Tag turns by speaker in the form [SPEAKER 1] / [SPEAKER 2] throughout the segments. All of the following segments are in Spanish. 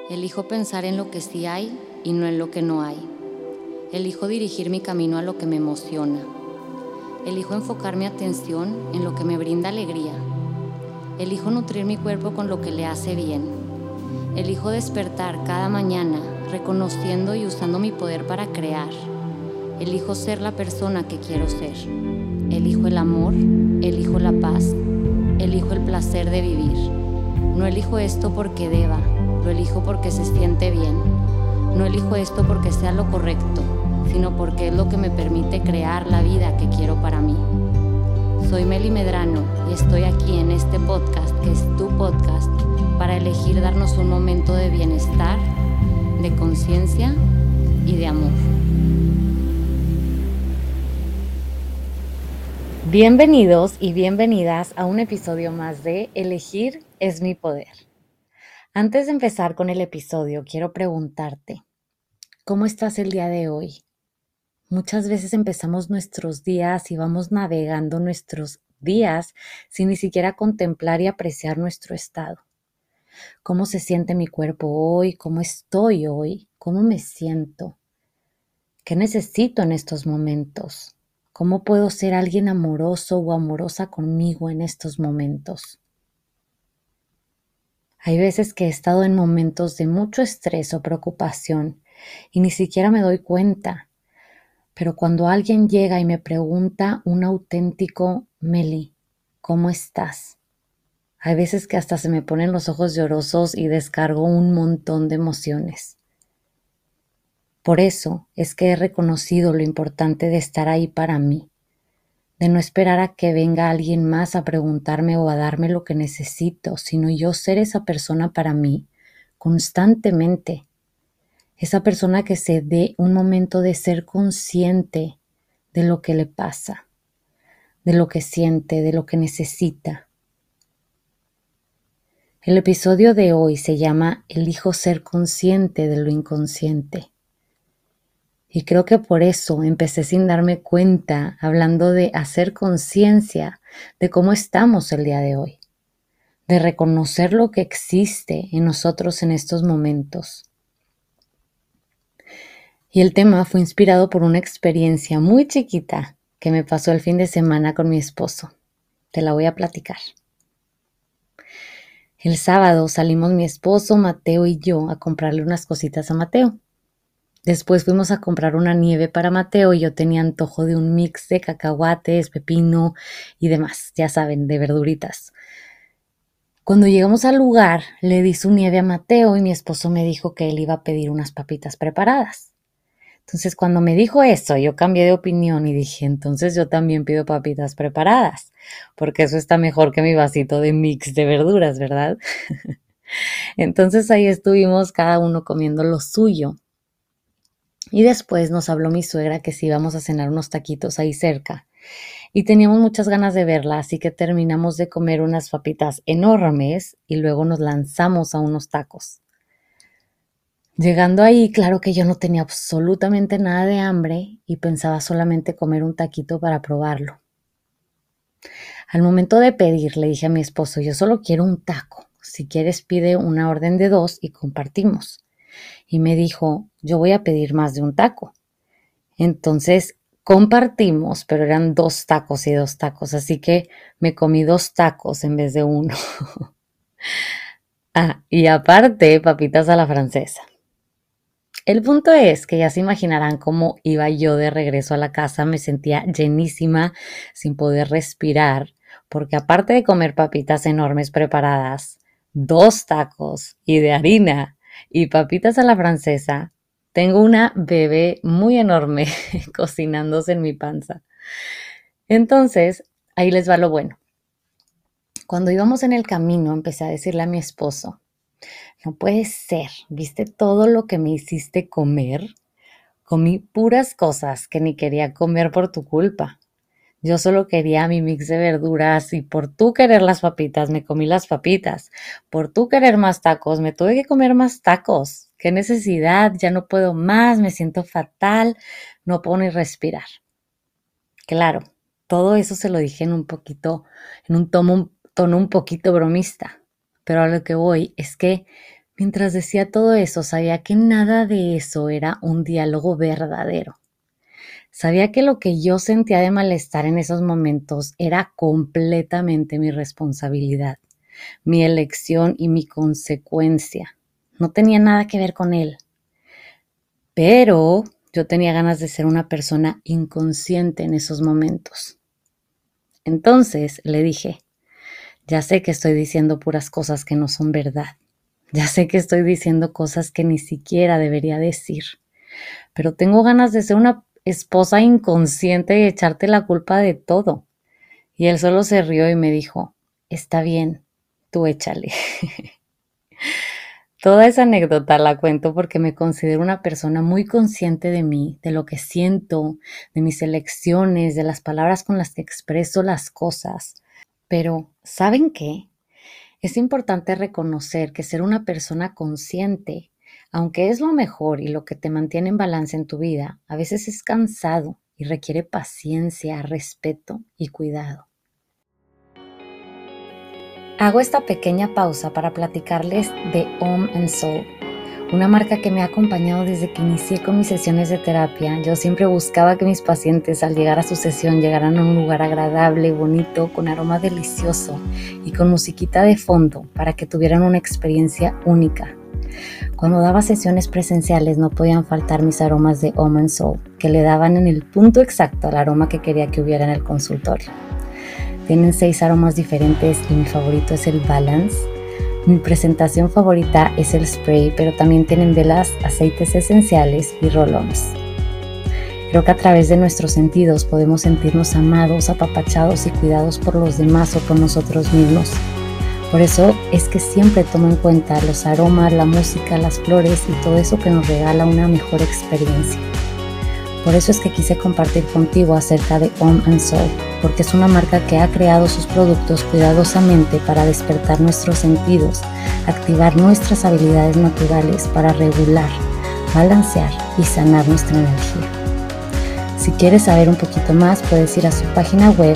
[SPEAKER 1] Elijo pensar en lo que sí hay y no en lo que no hay. Elijo dirigir mi camino a lo que me emociona. Elijo enfocar mi atención en lo que me brinda alegría. Elijo nutrir mi cuerpo con lo que le hace bien. Elijo despertar cada mañana reconociendo y usando mi poder para crear. Elijo ser la persona que quiero ser. Elijo el amor, elijo la paz, elijo el placer de vivir. No elijo esto porque deba, lo elijo porque se siente bien. No elijo esto porque sea lo correcto, sino porque es lo que me permite crear la vida que quiero para mí. Soy Meli Medrano y estoy aquí en este podcast, que es tu podcast, para elegir darnos un momento de bienestar, de conciencia y de amor. Bienvenidos y bienvenidas a un episodio más de Elegir es mi poder. Antes de empezar con el episodio, quiero preguntarte, ¿cómo estás el día de hoy? Muchas veces empezamos nuestros días y vamos navegando nuestros días sin ni siquiera contemplar y apreciar nuestro estado. ¿Cómo se siente mi cuerpo hoy? ¿Cómo estoy hoy? ¿Cómo me siento? ¿Qué necesito en estos momentos? ¿Cómo puedo ser alguien amoroso o amorosa conmigo en estos momentos? Hay veces que he estado en momentos de mucho estrés o preocupación y ni siquiera me doy cuenta. Pero cuando alguien llega y me pregunta un auténtico Meli, ¿cómo estás? Hay veces que hasta se me ponen los ojos llorosos y descargo un montón de emociones. Por eso es que he reconocido lo importante de estar ahí para mí, de no esperar a que venga alguien más a preguntarme o a darme lo que necesito, sino yo ser esa persona para mí constantemente. Esa persona que se dé un momento de ser consciente de lo que le pasa, de lo que siente, de lo que necesita. El episodio de hoy se llama Elijo ser consciente de lo inconsciente. Y creo que por eso empecé sin darme cuenta, hablando de hacer conciencia de cómo estamos el día de hoy, de reconocer lo que existe en nosotros en estos momentos. Y el tema fue inspirado por una experiencia muy chiquita que me pasó el fin de semana con mi esposo. Te la voy a platicar. El sábado salimos mi esposo, Mateo y yo a comprarle unas cositas a Mateo. Después fuimos a comprar una nieve para Mateo y yo tenía antojo de un mix de cacahuates, pepino y demás, ya saben, de verduritas. Cuando llegamos al lugar, le di su nieve a Mateo y mi esposo me dijo que él iba a pedir unas papitas preparadas. Entonces, cuando me dijo eso, yo cambié de opinión y dije, entonces yo también pido papitas preparadas, porque eso está mejor que mi vasito de mix de verduras, ¿verdad? Entonces ahí estuvimos cada uno comiendo lo suyo. Y después nos habló mi suegra que si íbamos a cenar unos taquitos ahí cerca. Y teníamos muchas ganas de verla, así que terminamos de comer unas papitas enormes y luego nos lanzamos a unos tacos. Llegando ahí, claro que yo no tenía absolutamente nada de hambre y pensaba solamente comer un taquito para probarlo. Al momento de pedir, le dije a mi esposo, yo solo quiero un taco. Si quieres, pide una orden de 2 y compartimos. Y me dijo, yo voy a pedir más de un taco. Entonces compartimos, pero eran 2 tacos y 2 tacos, así que me comí 2 tacos en vez de uno. Y aparte, papitas a la francesa. El punto es que ya se imaginarán cómo iba yo de regreso a la casa, me sentía llenísima, sin poder respirar, porque aparte de comer papitas enormes preparadas, 2 tacos y de harina y papitas a la francesa, tengo una bebé muy enorme cocinándose en mi panza. Entonces, ahí les va lo bueno. Cuando íbamos en el camino, empecé a decirle a mi esposo, no puede ser, ¿viste todo lo que me hiciste comer? Comí puras cosas que ni quería comer por tu culpa. Yo solo quería mi mix de verduras y por tú querer las papitas, me comí las papitas. Por tú querer más tacos, me tuve que comer más tacos. ¿Qué necesidad? Ya no puedo más, me siento fatal, no puedo ni respirar. Claro, todo eso se lo dije en un tono un poquito bromista. Pero a lo que voy es que Mientras decía todo eso, sabía que nada de eso era un diálogo verdadero. Sabía que lo que yo sentía de malestar en esos momentos era completamente mi responsabilidad, mi elección y mi consecuencia. No tenía nada que ver con él. Pero yo tenía ganas de ser una persona inconsciente en esos momentos. Entonces le dije, ya sé que estoy diciendo puras cosas que no son verdad. Ya sé que estoy diciendo cosas que ni siquiera debería decir. Pero tengo ganas de ser una esposa inconsciente y echarte la culpa de todo. Y él solo se rió y me dijo, está bien, tú échale. Toda esa anécdota la cuento porque me considero una persona muy consciente de mí, de lo que siento, de mis elecciones, de las palabras con las que expreso las cosas. Pero, ¿saben qué? Es importante reconocer que ser una persona consciente, aunque es lo mejor y lo que te mantiene en balance en tu vida, a veces es cansado y requiere paciencia, respeto y cuidado. Hago esta pequeña pausa para platicarles de Om and Soul, una marca que me ha acompañado desde que inicié con mis sesiones de terapia. Yo siempre buscaba que mis pacientes al llegar a su sesión llegaran a un lugar agradable, bonito, con aroma delicioso y con musiquita de fondo para que tuvieran una experiencia única. Cuando daba sesiones presenciales no podían faltar mis aromas de Om and Soul, que le daban en el punto exacto al aroma que quería que hubiera en el consultorio. Tienen 6 aromas diferentes y mi favorito es el Balance. Mi presentación favorita es el spray, pero también tienen velas, aceites esenciales y roll-ons. Creo que a través de nuestros sentidos podemos sentirnos amados, apapachados y cuidados por los demás o por nosotros mismos. Por eso es que siempre tomo en cuenta los aromas, la música, las flores y todo eso que nos regala una mejor experiencia. Por eso es que quise compartir contigo acerca de Om and Soul, porque es una marca que ha creado sus productos cuidadosamente para despertar nuestros sentidos, activar nuestras habilidades naturales para regular, balancear y sanar nuestra energía. Si quieres saber un poquito más, puedes ir a su página web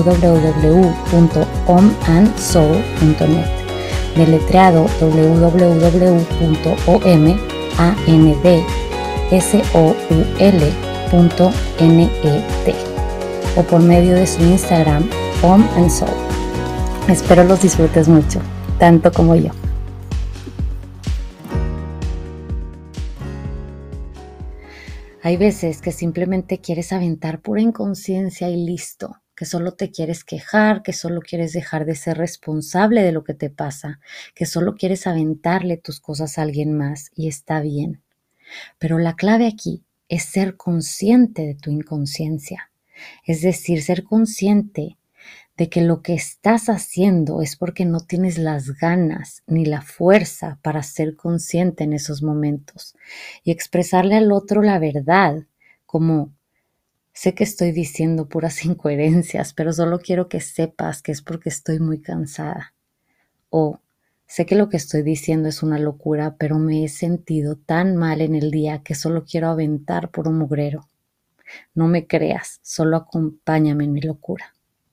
[SPEAKER 1] www.omandsoul.net, deletreado www.omandsoul.net o por medio de su Instagram Om and Soul. Espero los disfrutes mucho, tanto como yo. Hay veces que simplemente quieres aventar pura inconsciencia y listo, que solo te quieres quejar, que solo quieres dejar de ser responsable de lo que te pasa, que solo quieres aventarle tus cosas a alguien más y está bien. Pero la clave aquí es ser consciente de tu inconsciencia, es decir, ser consciente de que lo que estás haciendo es porque no tienes las ganas ni la fuerza para ser consciente en esos momentos y expresarle al otro la verdad, como sé que estoy diciendo puras incoherencias, pero solo quiero que sepas que es porque estoy muy cansada. O sé que lo que estoy diciendo es una locura, pero me he sentido tan mal en el día que solo quiero aventar por un mugrero. No me creas, solo acompáñame en mi locura.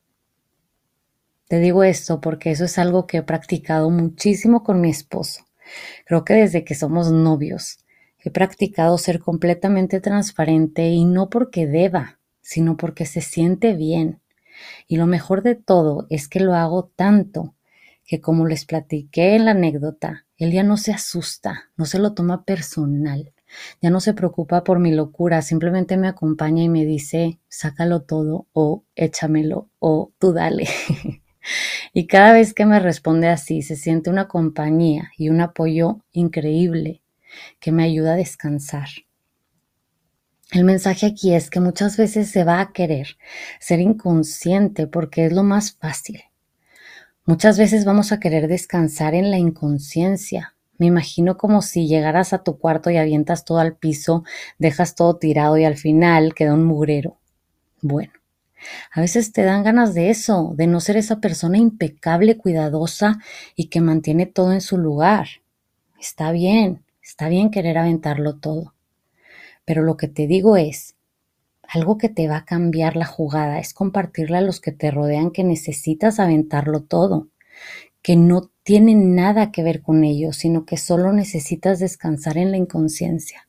[SPEAKER 1] Te digo esto porque eso es algo que he practicado muchísimo con mi esposo. Creo que desde que somos novios he practicado ser completamente transparente y no porque deba, sino porque se siente bien. Y lo mejor de todo es que lo hago tanto que, como les platiqué en la anécdota, él ya no se asusta, no se lo toma personal, ya no se preocupa por mi locura, simplemente me acompaña y me dice, sácalo todo o échamelo o tú dale. Y cada vez que me responde así, se siente una compañía y un apoyo increíble que me ayuda a descansar. El mensaje aquí es que muchas veces se va a querer ser inconsciente porque es lo más fácil. Muchas veces vamos a querer descansar en la inconsciencia. Me imagino como si llegaras a tu cuarto y avientas todo al piso, dejas todo tirado y al final queda un mugrero. Bueno, a veces te dan ganas de eso, de no ser esa persona impecable, cuidadosa y que mantiene todo en su lugar. Está bien querer aventarlo todo. Pero lo que te digo es, algo que te va a cambiar la jugada es compartirle a los que te rodean que necesitas aventarlo todo, que no tiene nada que ver con ello, sino que solo necesitas descansar en la inconsciencia.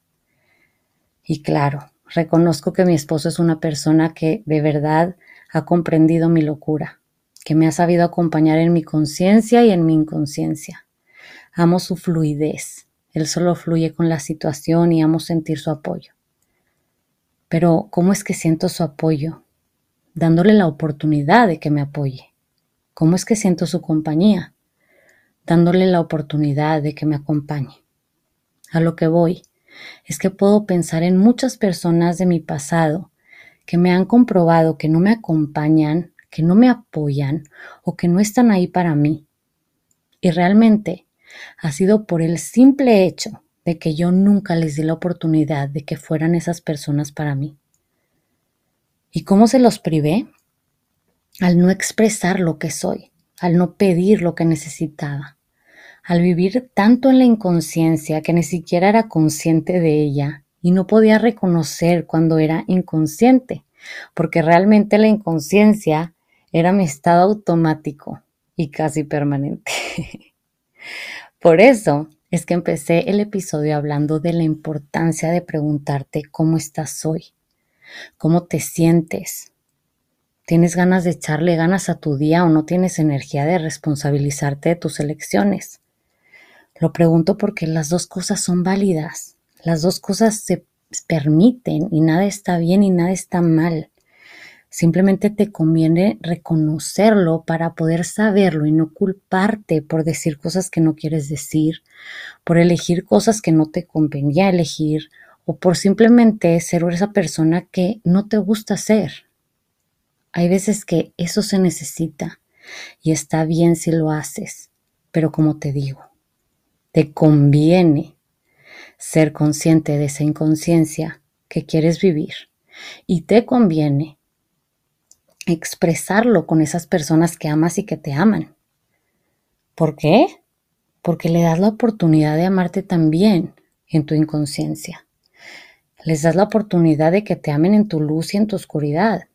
[SPEAKER 1] Y claro, reconozco que mi esposo es una persona que de verdad ha comprendido mi locura, que me ha sabido acompañar en mi conciencia y en mi inconsciencia. Amo su fluidez. Él solo fluye con la situación y amo sentir su apoyo. Pero, ¿cómo es que siento su apoyo? Dándole la oportunidad de que me apoye. ¿Cómo es que siento su compañía? Dándole la oportunidad de que me acompañe. A lo que voy es que puedo pensar en muchas personas de mi pasado que me han comprobado que no me acompañan, que no me apoyan o que no están ahí para mí. Y realmente ha sido por el simple hecho de que yo nunca les di la oportunidad de que fueran esas personas para mí. ¿Y cómo se los privé? Al no expresar lo que soy, al no pedir lo que necesitaba, al vivir tanto en la inconsciencia que ni siquiera era consciente de ella y no podía reconocer cuando era inconsciente, porque realmente la inconsciencia era mi estado automático y casi permanente. Por eso es que empecé el episodio hablando de la importancia de preguntarte cómo estás hoy, cómo te sientes. ¿Tienes ganas de echarle ganas a tu día o no tienes energía de responsabilizarte de tus elecciones? Lo pregunto porque las dos cosas son válidas. Las dos cosas se permiten y nada está bien y nada está mal. Simplemente te conviene reconocerlo para poder saberlo y no culparte por decir cosas que no quieres decir, por elegir cosas que no te convenía elegir o por simplemente ser esa persona que no te gusta ser. Hay veces que eso se necesita y está bien si lo haces, pero como te digo, te conviene ser consciente de esa inconsciencia que quieres vivir y te conviene expresarlo con esas personas que amas y que te aman. ¿Por qué? Porque le das la oportunidad de amarte también en tu inconsciencia. Les das la oportunidad de que te amen en tu luz y en tu oscuridad.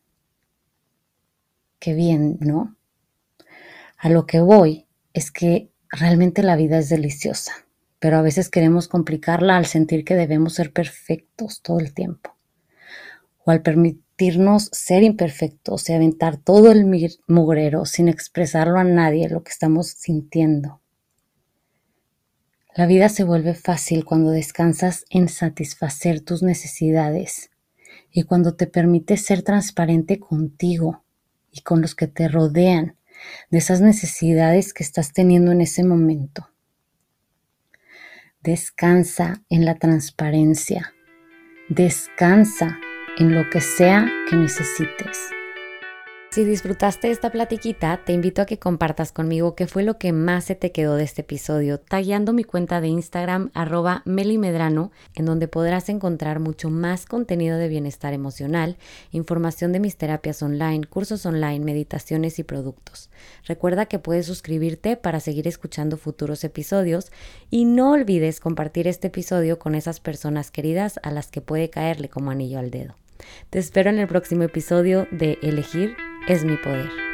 [SPEAKER 1] Qué bien, ¿no? A lo que voy es que realmente la vida es deliciosa, pero a veces queremos complicarla al sentir que debemos ser perfectos todo el tiempo, o al permitirnos ser imperfectos y aventar todo el mugrero sin expresarlo a nadie lo que estamos sintiendo. La vida se vuelve fácil cuando descansas en satisfacer tus necesidades y cuando te permites ser transparente contigo y con los que te rodean de esas necesidades que estás teniendo en ese momento. Descansa en la transparencia. Descansa en lo que sea que necesites. Si disfrutaste esta platiquita, te invito a que compartas conmigo qué fue lo que más se te quedó de este episodio, tagueando mi cuenta de Instagram @melimedrano, en donde podrás encontrar mucho más contenido de bienestar emocional, información de mis terapias online, cursos online, meditaciones y productos. Recuerda que puedes suscribirte para seguir escuchando futuros episodios y no olvides compartir este episodio con esas personas queridas a las que puede caerle como anillo al dedo. Te espero en el próximo episodio de Elegir es mi poder.